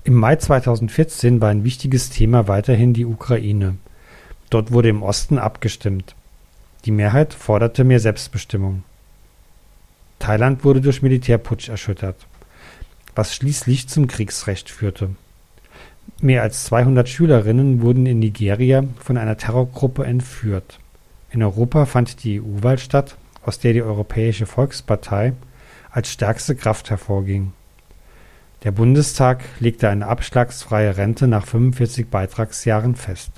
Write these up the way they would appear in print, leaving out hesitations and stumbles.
Im Mai 2014 war ein wichtiges Thema weiterhin die Ukraine. Dort wurde im Osten abgestimmt. Die Mehrheit forderte mehr Selbstbestimmung. Thailand wurde durch Militärputsch erschüttert, was schließlich zum Kriegsrecht führte. Mehr als 200 Schülerinnen wurden in Nigeria von einer Terrorgruppe entführt. In Europa fand die EU-Wahl statt, aus der die Europäische Volkspartei als stärkste Kraft hervorging. Der Bundestag legte eine abschlagsfreie Rente nach 45 Beitragsjahren fest.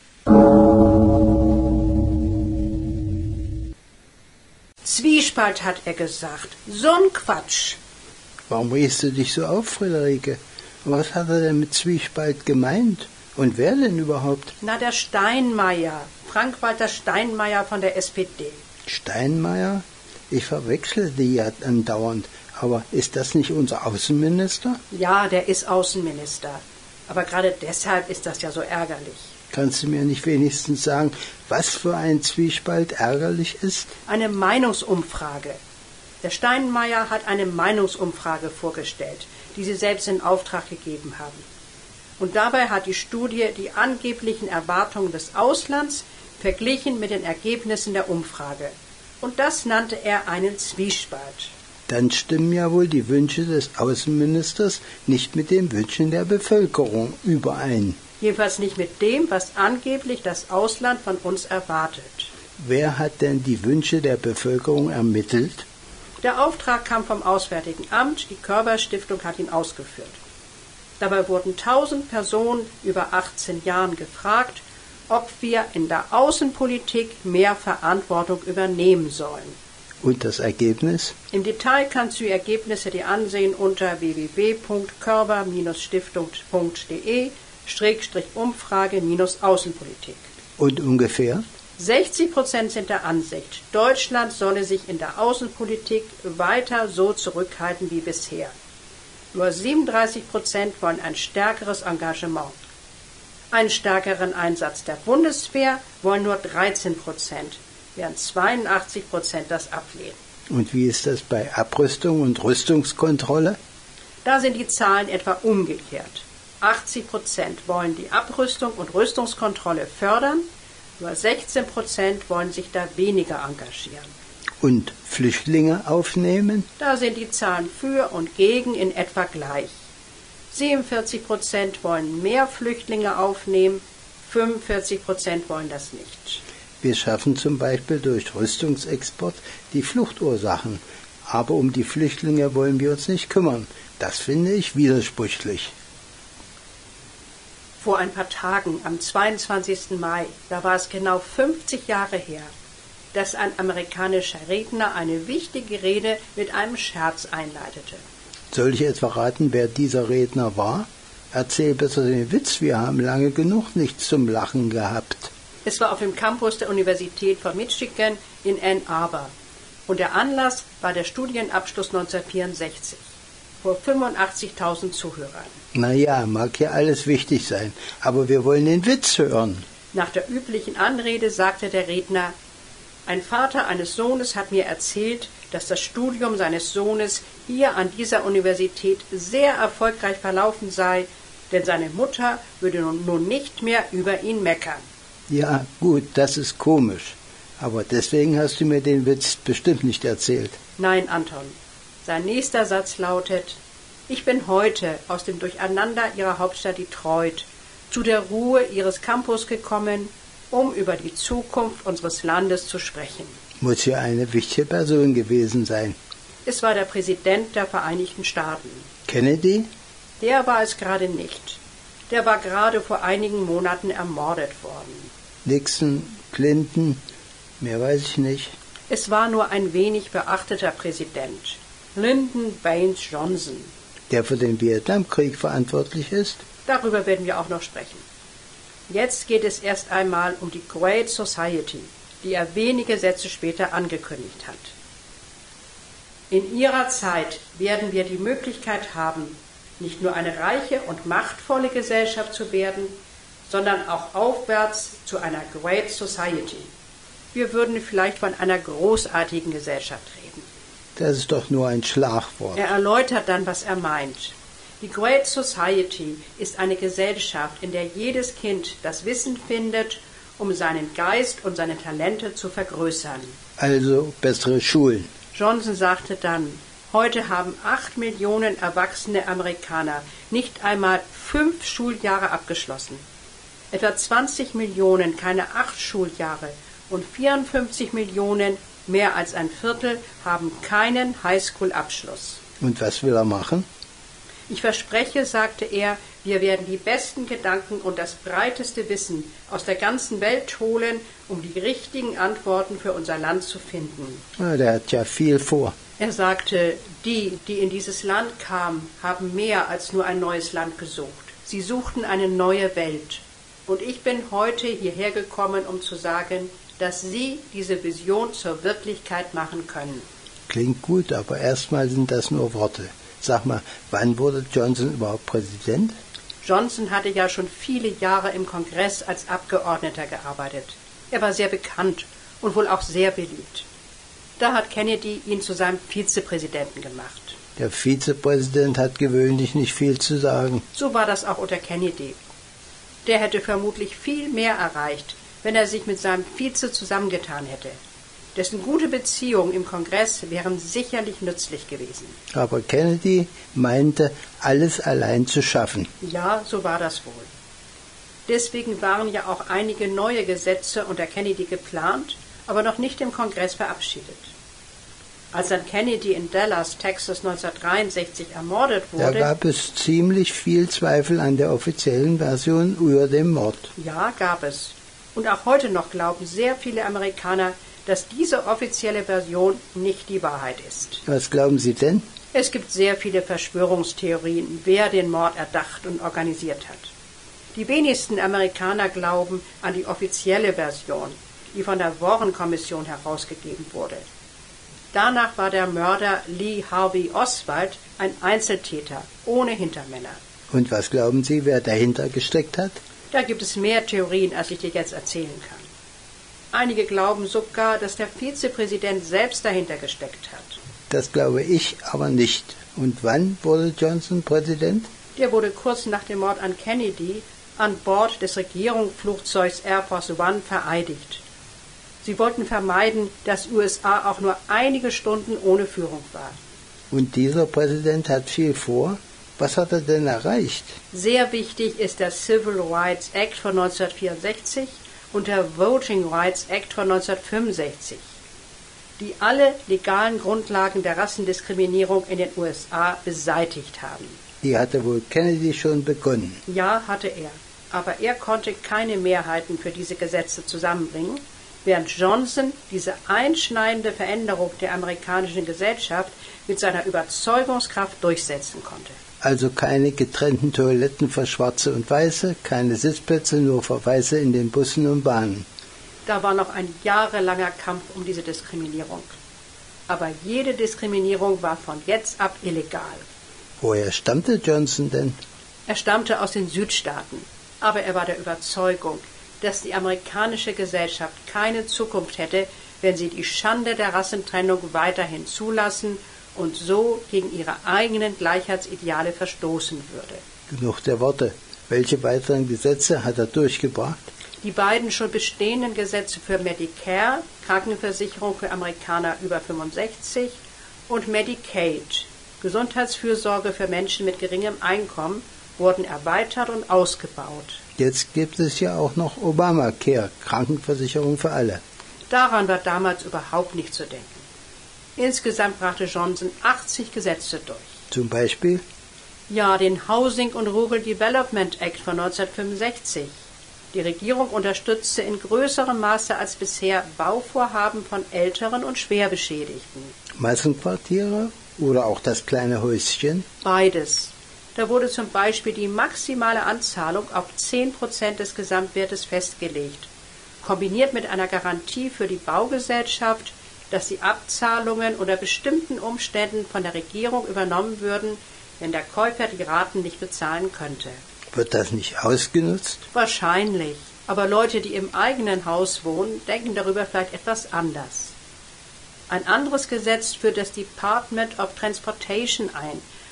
Zwiespalt, hat er gesagt. So ein Quatsch. Warum regst du dich so auf, Friederike? Was hat er denn mit Zwiespalt gemeint? Und wer denn überhaupt? Na, der Steinmeier. Frank-Walter Steinmeier von der SPD. Steinmeier? Ich verwechsel die ja andauernd. Aber ist das nicht unser Außenminister? Ja, der ist Außenminister. Aber gerade deshalb ist das ja so ärgerlich. Kannst du mir nicht wenigstens sagen, was für ein Zwiespalt ärgerlich ist? Eine Meinungsumfrage. Der Steinmeier hat eine Meinungsumfrage vorgestellt, die sie selbst in Auftrag gegeben haben. Und dabei hat die Studie die angeblichen Erwartungen des Auslands verglichen mit den Ergebnissen der Umfrage. Und das nannte er einen Zwiespalt. Dann stimmen ja wohl die Wünsche des Außenministers nicht mit den Wünschen der Bevölkerung überein. Jedenfalls nicht mit dem, was angeblich das Ausland von uns erwartet. Wer hat denn die Wünsche der Bevölkerung ermittelt? Der Auftrag kam vom Auswärtigen Amt, die Körber-Stiftung hat ihn ausgeführt. Dabei wurden 1000 Personen über 18 Jahren gefragt, ob wir in der Außenpolitik mehr Verantwortung übernehmen sollen. Und das Ergebnis? Im Detail kannst du die Ergebnisse dir ansehen unter www.körber-stiftung.de/Umfrage-Außenpolitik. Und ungefähr? 60% sind der Ansicht, Deutschland solle sich in der Außenpolitik weiter so zurückhalten wie bisher. Nur 37% wollen ein stärkeres Engagement. Einen stärkeren Einsatz der Bundeswehr wollen nur 13%, während 82% das ablehnen. Und wie ist das bei Abrüstung und Rüstungskontrolle? Da sind die Zahlen etwa umgekehrt. 80% wollen die Abrüstung und Rüstungskontrolle fördern, nur 16% wollen sich da weniger engagieren. Und Flüchtlinge aufnehmen? Da sind die Zahlen für und gegen in etwa gleich. 47% wollen mehr Flüchtlinge aufnehmen, 45% wollen das nicht. Wir schaffen zum Beispiel durch Rüstungsexport die Fluchtursachen. Aber um die Flüchtlinge wollen wir uns nicht kümmern. Das finde ich widersprüchlich. Vor ein paar Tagen, am 22. Mai, da war es genau 50 Jahre her, dass ein amerikanischer Redner eine wichtige Rede mit einem Scherz einleitete. Soll ich etwa raten, wer dieser Redner war? Erzähl besser den Witz, wir haben lange genug nichts zum Lachen gehabt. Es war auf dem Campus der Universität von Michigan in Ann Arbor. Und der Anlass war der Studienabschluss 1964. Vor 85.000 Zuhörern. Naja, mag ja alles wichtig sein, aber wir wollen den Witz hören. Nach der üblichen Anrede sagte der Redner, ein Vater eines Sohnes hat mir erzählt, dass das Studium seines Sohnes hier an dieser Universität sehr erfolgreich verlaufen sei, denn seine Mutter würde nun nicht mehr über ihn meckern. Ja, gut, das ist komisch. Aber deswegen hast du mir den Witz bestimmt nicht erzählt. Nein, Anton. Sein nächster Satz lautet, ich bin heute aus dem Durcheinander ihrer Hauptstadt Detroit zu der Ruhe ihres Campus gekommen, um über die Zukunft unseres Landes zu sprechen. Muss ja eine wichtige Person gewesen sein. Es war der Präsident der Vereinigten Staaten. Kennedy? Der war es gerade nicht. Der war gerade vor einigen Monaten ermordet worden. Nixon, Clinton, mehr weiß ich nicht. Es war nur ein wenig beachteter Präsident. Lyndon Baines Johnson. Der für den Vietnamkrieg verantwortlich ist? Darüber werden wir auch noch sprechen. Jetzt geht es erst einmal um die Great Society, die er wenige Sätze später angekündigt hat. In ihrer Zeit werden wir die Möglichkeit haben, nicht nur eine reiche und machtvolle Gesellschaft zu werden, sondern auch aufwärts zu einer Great Society. Wir würden vielleicht von einer großartigen Gesellschaft reden. Das ist doch nur ein Schlagwort. Er erläutert dann, was er meint. Die Great Society ist eine Gesellschaft, in der jedes Kind das Wissen findet, um seinen Geist und seine Talente zu vergrößern. Also bessere Schulen. Johnson sagte dann, heute haben 8 Millionen erwachsene Amerikaner nicht einmal 5 Schuljahre abgeschlossen. Etwa 20 Millionen keine 8 Schuljahre und 54 Millionen, mehr als ein Viertel, haben keinen Highschool-Abschluss. Und was will er machen? Ich verspreche, sagte er, wir werden die besten Gedanken und das breiteste Wissen aus der ganzen Welt holen, um die richtigen Antworten für unser Land zu finden. Ja, der hat ja viel vor. Er sagte, die in dieses Land kamen, haben mehr als nur ein neues Land gesucht. Sie suchten eine neue Welt. Und ich bin heute hierher gekommen, um zu sagen, dass Sie diese Vision zur Wirklichkeit machen können. Klingt gut, aber erstmal sind das nur Worte. Sag mal, wann wurde Johnson überhaupt Präsident? Johnson hatte ja schon viele Jahre im Kongress als Abgeordneter gearbeitet. Er war sehr bekannt und wohl auch sehr beliebt. Da hat Kennedy ihn zu seinem Vizepräsidenten gemacht. Der Vizepräsident hat gewöhnlich nicht viel zu sagen. So war das auch unter Kennedy. Der hätte vermutlich viel mehr erreicht, wenn er sich mit seinem Vize zusammengetan hätte. Dessen gute Beziehungen im Kongress wären sicherlich nützlich gewesen. Aber Kennedy meinte, alles allein zu schaffen. Ja, so war das wohl. Deswegen waren ja auch einige neue Gesetze unter Kennedy geplant, aber noch nicht im Kongress verabschiedet. Als dann Kennedy in Dallas, Texas 1963 ermordet wurde, Da gab es ziemlich viel Zweifel an der offiziellen Version über den Mord. ja, gab es. Und auch heute noch glauben sehr viele Amerikaner, dass diese offizielle Version nicht die Wahrheit ist. Was glauben Sie denn? Es gibt sehr viele Verschwörungstheorien, wer den Mord erdacht und organisiert hat. Die wenigsten Amerikaner glauben an die offizielle Version, die von der Warren-Kommission herausgegeben wurde. Danach war der Mörder Lee Harvey Oswald ein Einzeltäter, ohne Hintermänner. Und was glauben Sie, wer dahinter gesteckt hat? Da gibt es mehr Theorien, als ich dir jetzt erzählen kann. Einige glauben sogar, dass der Vizepräsident selbst dahinter gesteckt hat. Das glaube ich aber nicht. Und wann wurde Johnson Präsident? Der wurde kurz nach dem Mord an Kennedy an Bord des Regierungsflugzeugs Air Force One vereidigt. Sie wollten vermeiden, dass USA auch nur einige Stunden ohne Führung war. Und dieser Präsident hat viel vor. Was hat er denn erreicht? Sehr wichtig ist der Civil Rights Act von 1964 und der Voting Rights Act von 1965, die alle legalen Grundlagen der Rassendiskriminierung in den USA beseitigt haben. Die hatte wohl Kennedy schon begonnen. Ja, hatte er. Aber er konnte keine Mehrheiten für diese Gesetze zusammenbringen, während Johnson diese einschneidende Veränderung der amerikanischen Gesellschaft mit seiner Überzeugungskraft durchsetzen konnte. Also keine getrennten Toiletten für Schwarze und Weiße, keine Sitzplätze nur für Weiße in den Bussen und Bahnen. Da war noch ein jahrelanger Kampf um diese Diskriminierung. Aber jede Diskriminierung war von jetzt ab illegal. Woher stammte Johnson denn? Er stammte aus den Südstaaten, aber er war der Überzeugung, dass die amerikanische Gesellschaft keine Zukunft hätte, wenn sie die Schande der Rassentrennung weiterhin zulassen und so gegen ihre eigenen Gleichheitsideale verstoßen würde. Genug der Worte. Welche weiteren Gesetze hat er durchgebracht? Die beiden schon bestehenden Gesetze für Medicare, Krankenversicherung für Amerikaner über 65, und Medicaid, Gesundheitsfürsorge für Menschen mit geringem Einkommen, wurden erweitert und ausgebaut. Jetzt gibt es ja auch noch Obamacare, Krankenversicherung für alle. Daran war damals überhaupt nicht zu denken. Insgesamt brachte Johnson 80 Gesetze durch. Zum Beispiel? Ja, den Housing and Rural Development Act von 1965. Die Regierung unterstützte in größerem Maße als bisher Bauvorhaben von Älteren und Schwerbeschädigten. Massenquartiere oder auch das kleine Häuschen? Beides. Da wurde zum Beispiel die maximale Anzahlung auf 10% des Gesamtwertes festgelegt, kombiniert mit einer Garantie für die Baugesellschaft, dass die Abzahlungen unter bestimmten Umständen von der Regierung übernommen würden, wenn der Käufer die Raten nicht bezahlen könnte. Wird das nicht ausgenutzt? Wahrscheinlich. Aber Leute, die im eigenen Haus wohnen, denken darüber vielleicht etwas anders. Ein anderes Gesetz führt das Department of Transportation ein,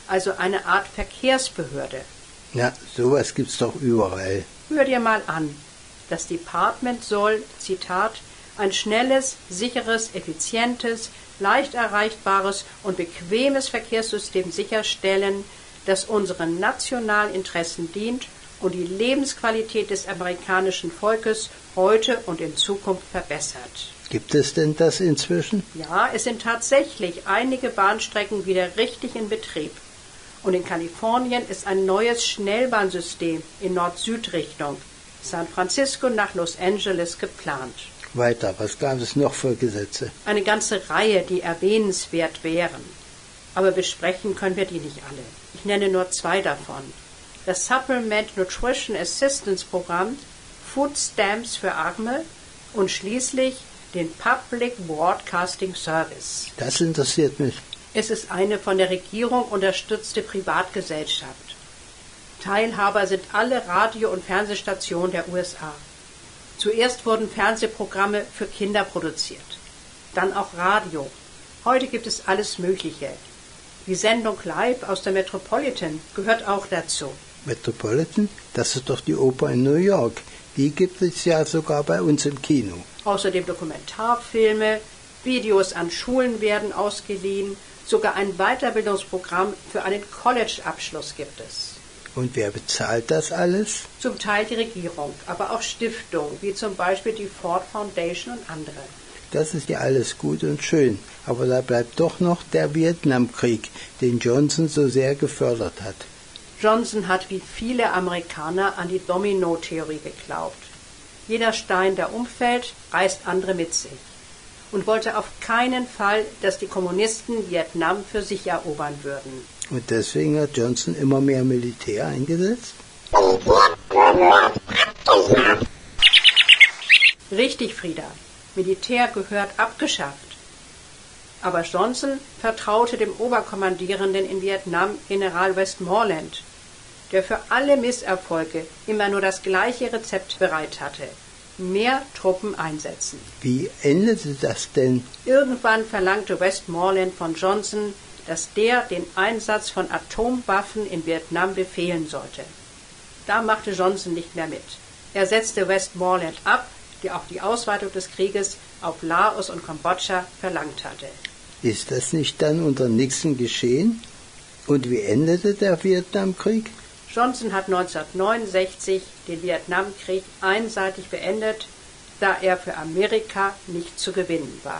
also eine Art Verkehrsbehörde. Ja, sowas gibt's doch überall. Hör dir mal an. Das Department soll, Zitat, ein schnelles, sicheres, effizientes, leicht erreichbares und bequemes Verkehrssystem sicherstellen, das unseren nationalen Interessen dient und die Lebensqualität des amerikanischen Volkes heute und in Zukunft verbessert. Gibt es denn das inzwischen? Ja, es sind tatsächlich einige Bahnstrecken wieder richtig in Betrieb. Und in Kalifornien ist ein neues Schnellbahnsystem in Nord-Süd-Richtung, San Francisco nach Los Angeles, geplant. Weiter, was gab es noch für Gesetze? Eine ganze Reihe, die erwähnenswert wären. Aber besprechen können wir die nicht alle. Ich nenne nur zwei davon. Das Supplement Nutrition Assistance Programm, Food Stamps für Arme und schließlich den Public Broadcasting Service. Das interessiert mich. Es ist eine von der Regierung unterstützte Privatgesellschaft. Teilhaber sind alle Radio- und Fernsehstationen der USA. Zuerst wurden Fernsehprogramme für Kinder produziert, dann auch Radio. Heute gibt es alles Mögliche. Die Sendung Live aus der Metropolitan gehört auch dazu. Metropolitan? Das ist doch die Oper in New York. Die gibt es ja sogar bei uns im Kino. Außerdem Dokumentarfilme, Videos an Schulen werden ausgeliehen, sogar ein Weiterbildungsprogramm für einen College-Abschluss gibt es. Und wer bezahlt das alles? Zum Teil die Regierung, aber auch Stiftungen, wie zum Beispiel die Ford Foundation und andere. Das ist ja alles gut und schön, aber da bleibt doch noch der Vietnamkrieg, den Johnson so sehr gefördert hat. Johnson hat wie viele Amerikaner an die Domino-Theorie geglaubt. Jeder Stein, der umfällt, reißt andere mit sich. Und wollte auf keinen Fall, dass die Kommunisten Vietnam für sich erobern würden. Und deswegen hat Johnson immer mehr Militär eingesetzt? Richtig, Frieda. Militär gehört abgeschafft. Aber Johnson vertraute dem Oberkommandierenden in Vietnam, General Westmoreland, der für alle Misserfolge immer nur das gleiche Rezept bereit hatte: mehr Truppen einsetzen. Wie endete das denn? Irgendwann verlangte Westmoreland von Johnson, dass der den Einsatz von Atomwaffen in Vietnam befehlen sollte. Da machte Johnson nicht mehr mit. Er setzte Westmoreland ab, der auch die Ausweitung des Krieges auf Laos und Kambodscha verlangt hatte. Ist das nicht dann unter Nixon geschehen? Und wie endete der Vietnamkrieg? Johnson hat 1969 den Vietnamkrieg einseitig beendet, da er für Amerika nicht zu gewinnen war.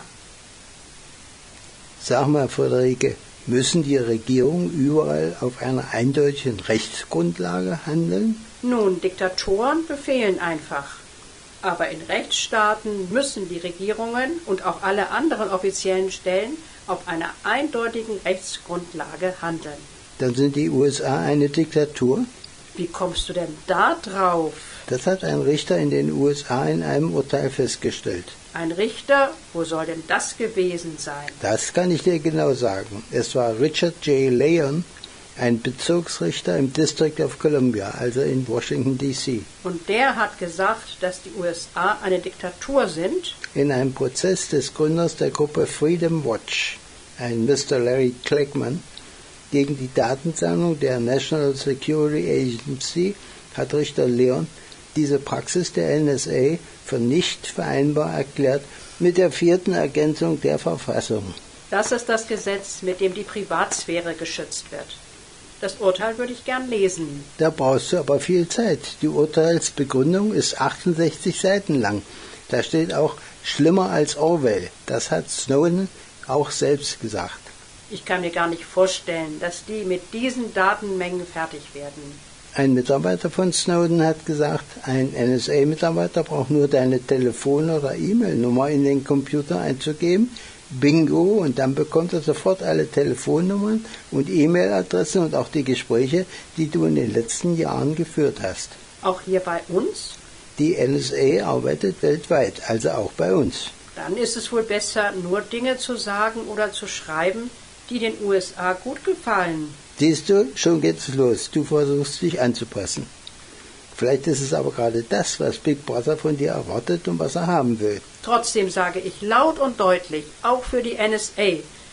Sag mal, Friederike, müssen die Regierungen überall auf einer eindeutigen Rechtsgrundlage handeln? Nun, Diktatoren befehlen einfach. Aber in Rechtsstaaten müssen die Regierungen und auch alle anderen offiziellen Stellen auf einer eindeutigen Rechtsgrundlage handeln. Dann sind die USA eine Diktatur? Wie kommst du denn da drauf? Das hat ein Richter in den USA in einem Urteil festgestellt. Ein Richter? Wo soll denn das gewesen sein? Das kann ich dir genau sagen. Es war Richard J. Leon, ein Bezirksrichter im District of Columbia, also in Washington, D.C. Und der hat gesagt, dass die USA eine Diktatur sind? In einem Prozess des Gründers der Gruppe Freedom Watch, ein Mr. Larry Kleckman, gegen die Datensammlung der National Security Agency hat Richter Leon diese Praxis der NSA für nicht vereinbar erklärt mit der 4. Ergänzung der Verfassung. Das ist das Gesetz, mit dem die Privatsphäre geschützt wird. Das Urteil würde ich gern lesen. Da brauchst du aber viel Zeit. Die Urteilsbegründung ist 68 Seiten lang. Da steht auch schlimmer als Orwell. Das hat Snowden auch selbst gesagt. Ich kann mir gar nicht vorstellen, dass die mit diesen Datenmengen fertig werden. Ein Mitarbeiter von Snowden hat gesagt, ein NSA-Mitarbeiter braucht nur deine Telefon- oder E-Mail-Nummer in den Computer einzugeben. Bingo, und dann bekommt er sofort alle Telefonnummern und E-Mail-Adressen und auch die Gespräche, die du in den letzten Jahren geführt hast. Auch hier bei uns? Die NSA arbeitet weltweit, also auch bei uns. Dann ist es wohl besser, nur Dinge zu sagen oder zu schreiben, die den USA gut gefallen. Siehst du, schon geht's los. Du versuchst dich anzupassen. Vielleicht ist es aber gerade das, was Big Brother von dir erwartet und was er haben will. Trotzdem sage ich laut und deutlich, auch für die NSA,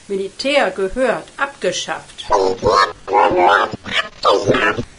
Militär gehört abgeschafft. Militär gehört abgeschafft.